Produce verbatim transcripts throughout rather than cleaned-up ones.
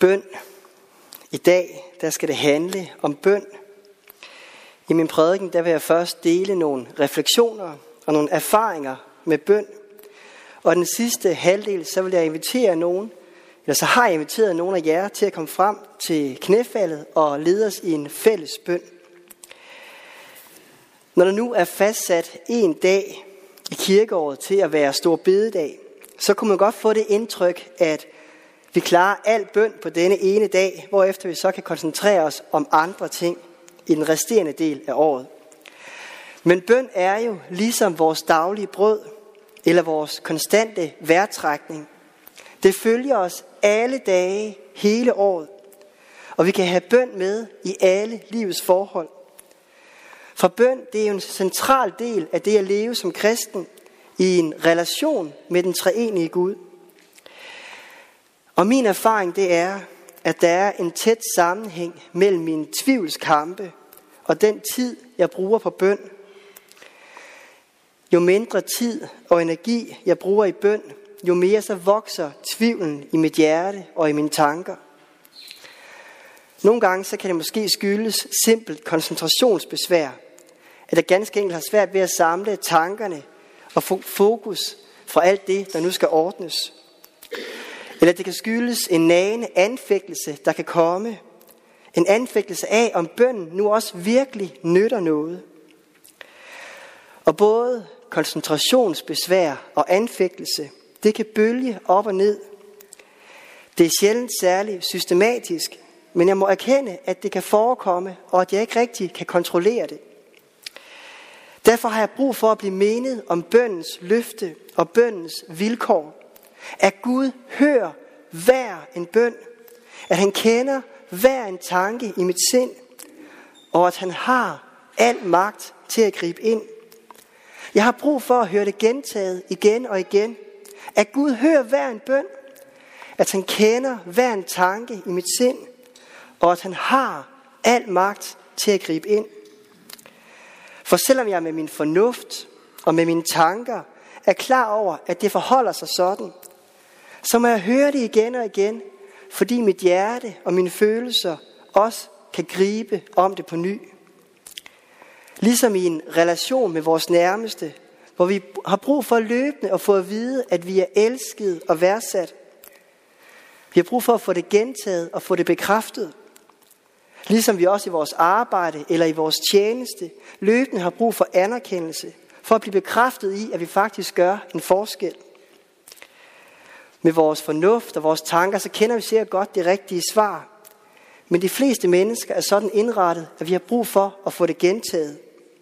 Bøn. I dag, der skal det handle om bøn. I min prædiken, der vil jeg først dele nogle refleksioner og nogle erfaringer med bøn. Og den sidste halvdel, så vil jeg invitere nogen, eller så har jeg inviteret nogen af jer til at komme frem til knæfaldet og lede os i en fælles bøn. Når der nu er fastsat en dag i kirkeåret til at være stor bededag, så kunne man godt få det indtryk, at vi klarer al bøn på denne ene dag, hvorefter vi så kan koncentrere os om andre ting i den resterende del af året. Men bøn er jo ligesom vores daglige brød, eller vores konstante vejrtrækning. Det følger os alle dage, hele året. Og vi kan have bøn med i alle livets forhold. For bøn, det er jo en central del af det at leve som kristen i en relation med den treenige Gud. Og min erfaring, det er, at der er en tæt sammenhæng mellem mine tvivlskampe og den tid, jeg bruger på bøn. Jo mindre tid og energi, jeg bruger i bøn, jo mere så vokser tvivlen i mit hjerte og i mine tanker. Nogle gange så kan det måske skyldes simpelt koncentrationsbesvær, at jeg ganske enkelt har svært ved at samle tankerne og få fokus fra alt det, der nu skal ordnes. Eller det kan skyldes en nagende anfægtelse, der kan komme. En anfægtelse af, om bønnen nu også virkelig nytter noget. Og både koncentrationsbesvær og anfægtelse, det kan bølge op og ned. Det er sjældent særligt systematisk, men jeg må erkende, at det kan forekomme, og at jeg ikke rigtig kan kontrollere det. Derfor har jeg brug for at blive mindet om bønnens løfte og bønnens vilkår. At Gud hører hver en bøn. At han kender hver en tanke i mit sind. Og at han har al magt til at gribe ind. Jeg har brug for at høre det gentaget igen og igen. At Gud hører hver en bøn. At han kender hver en tanke i mit sind. Og at han har al magt til at gribe ind. For selvom jeg med min fornuft og med mine tanker er klar over, at det forholder sig sådan, så må jeg høre det igen og igen, fordi mit hjerte og mine følelser også kan gribe om det på ny. Ligesom i en relation med vores nærmeste, hvor vi har brug for løbende at få at vide, at vi er elsket og værdsat. Vi har brug for at få det gentaget og få det bekræftet. Ligesom vi også i vores arbejde eller i vores tjeneste løbende har brug for anerkendelse, for at blive bekræftet i, at vi faktisk gør en forskel. Med vores fornuft og vores tanker, så kender vi sikkert godt det rigtige svar. Men de fleste mennesker er sådan indrettet, at vi har brug for at få det gentaget.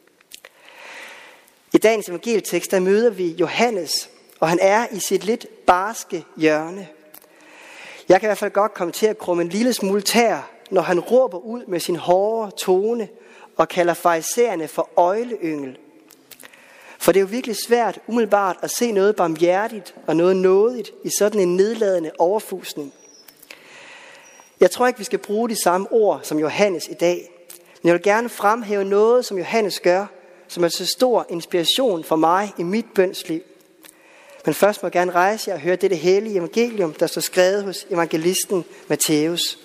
I dagens evangelietekst, der møder vi Johannes, og han er i sit lidt barske hjørne. Jeg kan i hvert fald godt komme til at krumme en lille smule tær, når han råber ud med sin hårde tone og kalder farisæerne for øgleyngel. For det er jo virkelig svært umiddelbart at se noget barmhjertigt og noget nådigt i sådan en nedladende overfusning. Jeg tror ikke, vi skal bruge de samme ord som Johannes i dag. Men jeg vil gerne fremhæve noget, som Johannes gør, som er så stor inspiration for mig i mit bønsliv. Men først må jeg gerne rejse jer og høre dette hellige evangelium, der står skrevet hos evangelisten Matthæus.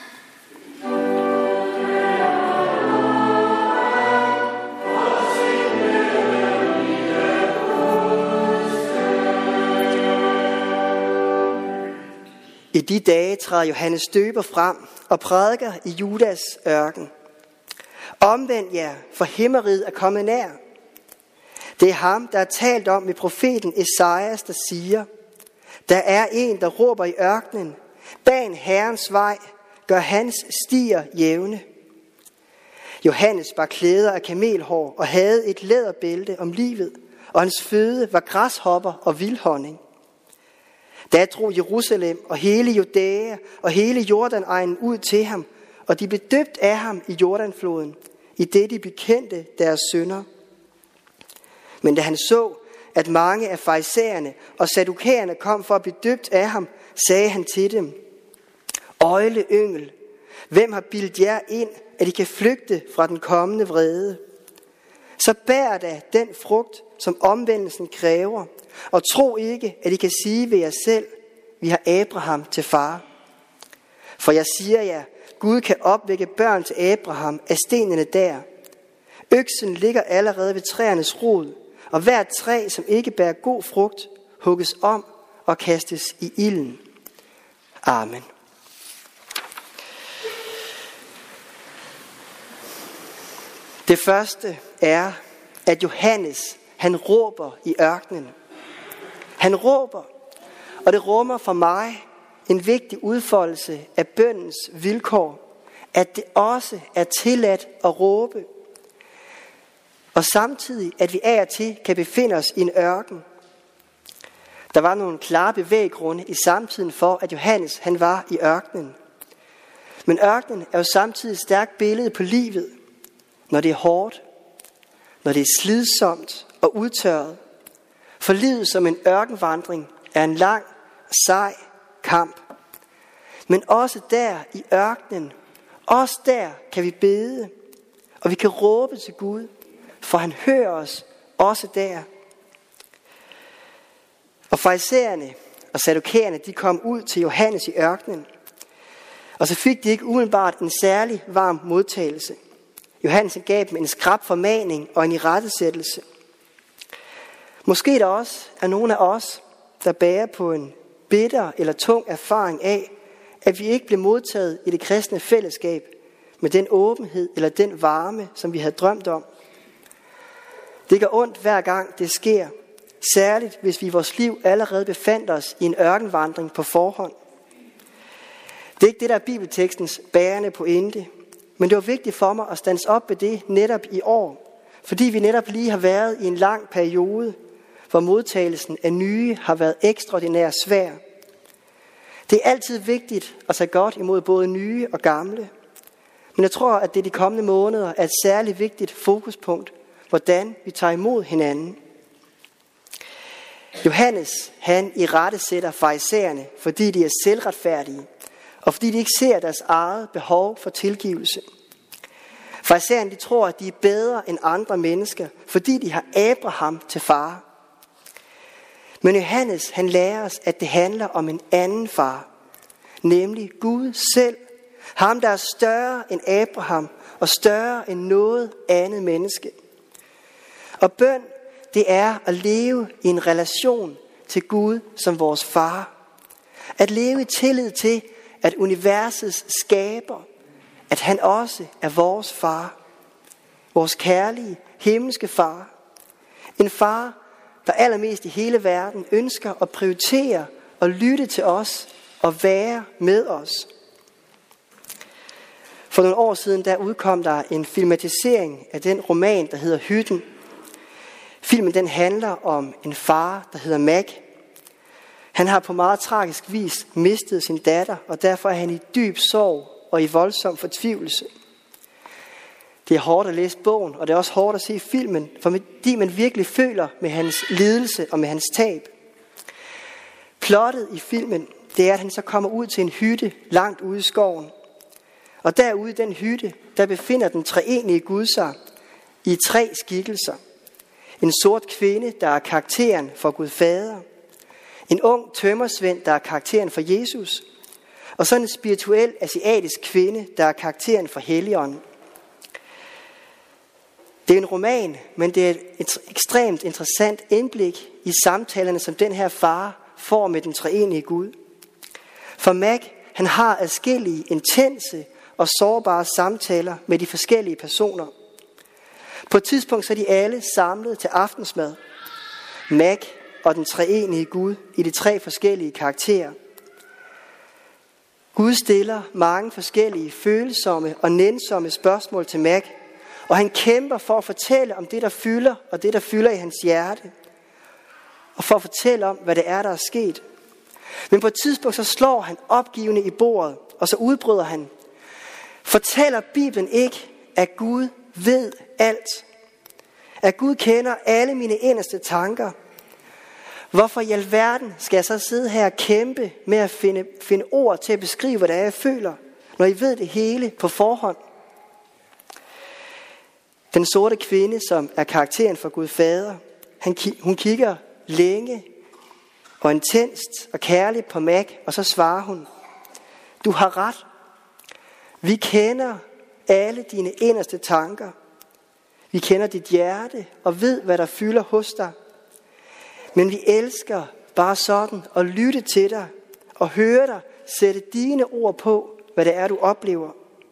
I de dage træder Johannes Døber frem og prædiker i Judas ørken. Omvend jer, for himmeriget er kommet nær. Det er ham, der er talt om med profeten Esajas, der siger, der er en, der råber i ørkenen, ban Herrens vej, gør hans stier jævne. Johannes bar klæder af kamelhår og havde et læderbælte om livet, og hans føde var græshopper og vildhonning. Da drog Jerusalem og hele Judæa og hele Jordanegnen ud til ham, og de blev døbt af ham i Jordanfloden, i det de bekendte deres synder. Men da han så, at mange af farisæerne og saddukæerne kom for at blive døbt af ham, sagde han til dem, øgleyngel, hvem har bildt jer ind, at I kan flygte fra den kommende vrede? Så bær da den frugt, som omvendelsen kræver, og tro ikke, at I kan sige ved jer selv, vi har Abraham til far. For jeg siger jer, Gud kan opvække børn til Abraham af stenene der. Øksen ligger allerede ved træernes rod, og hvert træ, som ikke bærer god frugt, hugges om og kastes i ilden. Amen. Det første er, at Johannes, han råber i ørkenen. Han råber, og det rummer for mig en vigtig udfoldelse af bønnens vilkår, at det også er tilladt at råbe. Og samtidig, at vi af og til kan befinde os i en ørken. Der var nogle klare bevæggrunde i samtiden for, at Johannes han var i ørkenen. Men ørkenen er jo samtidig et stærkt billede på livet, når det er hårdt, når det er slidsomt og udtørret. For livet som en ørkenvandring er en lang, sej kamp. Men også der i ørkenen, også der kan vi bede, og vi kan råbe til Gud, for han hører os også der. Og farisæerne og sadukæerne, de kom ud til Johannes i ørkenen, og så fik de ikke umiddelbart en særlig varm modtagelse. Johannes gav dem en skrap formaning og en irettesættelse. Måske der også er nogle af os, der bærer på en bitter eller tung erfaring af, at vi ikke blev modtaget i det kristne fællesskab med den åbenhed eller den varme, som vi havde drømt om. Det gør ondt hver gang det sker, særligt hvis vi i vores liv allerede befandt os i en ørkenvandring på forhånd. Det er ikke det, der er bibeltekstens bærende pointe, men det var vigtigt for mig at stands op ved det netop i år, fordi vi netop lige har været i en lang periode, hvor modtagelsen af nye har været ekstraordinært svær. Det er altid vigtigt at tage godt imod både nye og gamle, men jeg tror, at det de kommende måneder er et særligt vigtigt fokuspunkt, hvordan vi tager imod hinanden. Johannes, han irettesætter farisæerne, fordi de er selvretfærdige, og fordi de ikke ser deres eget behov for tilgivelse. Farisæerne, de tror, at de er bedre end andre mennesker, fordi de har Abraham til far. Men Johannes, han lærer os, at det handler om en anden far, nemlig Gud selv. Ham, der er større end Abraham og større end noget andet menneske. Og bøn, det er at leve i en relation til Gud som vores far. At leve i tillid til, at universets skaber, at han også er vores far. Vores kærlige, himmelske far. En far, der allermest i hele verden ønsker at prioritere og lytte til os og være med os. For nogle år siden der udkom der en filmatisering af den roman, der hedder Hytten. Filmen den handler om en far, der hedder Mac. Han har på meget tragisk vis mistet sin datter, og derfor er han i dyb sorg og i voldsom fortvivlelse. Det er hårdt at læse bogen, og det er også hårdt at se filmen, fordi man virkelig føler med hans lidelse og med hans tab. Plottet i filmen, det er, at han så kommer ud til en hytte langt ude i skoven. Og derude i den hytte, der befinder den treenige Gud sig i tre skikkelser. En sort kvinde, der er karakteren for Gud Fader. En ung tømmersvend, der er karakteren for Jesus. Og så en spirituel asiatisk kvinde, der er karakteren for Helligånden. Det er en roman, men det er et ekstremt interessant indblik i samtalerne, som den her far får med den treenige Gud. For Mac, han har adskillige intense og sårbare samtaler med de forskellige personer. På et tidspunkt så er de alle samlet til aftensmad. Mac og den treenige Gud i de tre forskellige karakterer. Gud stiller mange forskellige følsomme og nænsomme spørgsmål til Mac, og han kæmper for at fortælle om det, der fylder, og det, der fylder i hans hjerte. Og for at fortælle om, hvad det er, der er sket. Men på et tidspunkt så slår han opgivende i bordet, og så udbryder han: fortæller Bibelen ikke, at Gud ved alt? At Gud kender alle mine inderste tanker? Hvorfor i alverden skal jeg så sidde her og kæmpe med at finde, finde ord til at beskrive, hvad det er, jeg føler, når I ved det hele på forhånd? Den sorte kvinde, som er karakteren for Gud Fader, han, hun kigger længe og intenst og kærligt på Mac, og så svarer hun: du har ret, Vi kender alle dine inderste tanker. Vi kender dit hjerte og ved, hvad der fylder hos dig. Men vi elsker bare sådan at lytte til dig og høre dig sætte dine ord på, hvad det er, du oplever.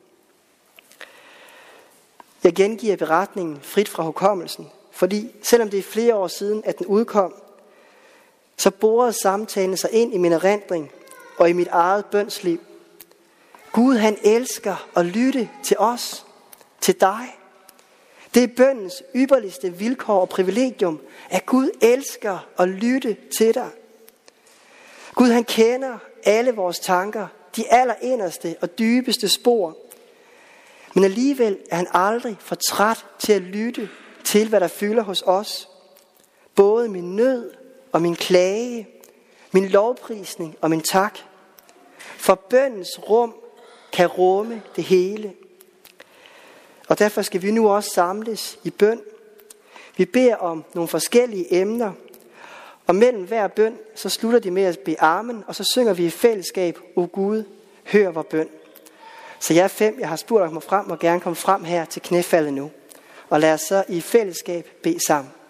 Jeg gengiver beretningen frit fra hukommelsen, fordi selvom det er flere år siden, at den udkom, så borede samtalen sig ind i min erindring og i mit eget bønsliv. Gud, han elsker at lytte til os, til dig. Det er bønnens ypperligste vilkår og privilegium, at Gud elsker at lytte til dig. Gud, han kender alle vores tanker, de allerinderste og dybeste spor. Men alligevel er han aldrig for træt til at lytte til, hvad der fylder hos os. Både min nød og min klage, min lovprisning og min tak. For bønnens rum kan rumme det hele. Og derfor skal vi nu også samles i bøn. Vi beder om nogle forskellige emner. Og mellem hver bøn, så slutter de med at bede amen, og så synger vi i fællesskab, O Gud, hør vor bøn. Så jeg er fem, jeg har spurgt at komme frem, og gerne komme frem her til knæfaldet nu. Og lad os så i fællesskab bede sammen.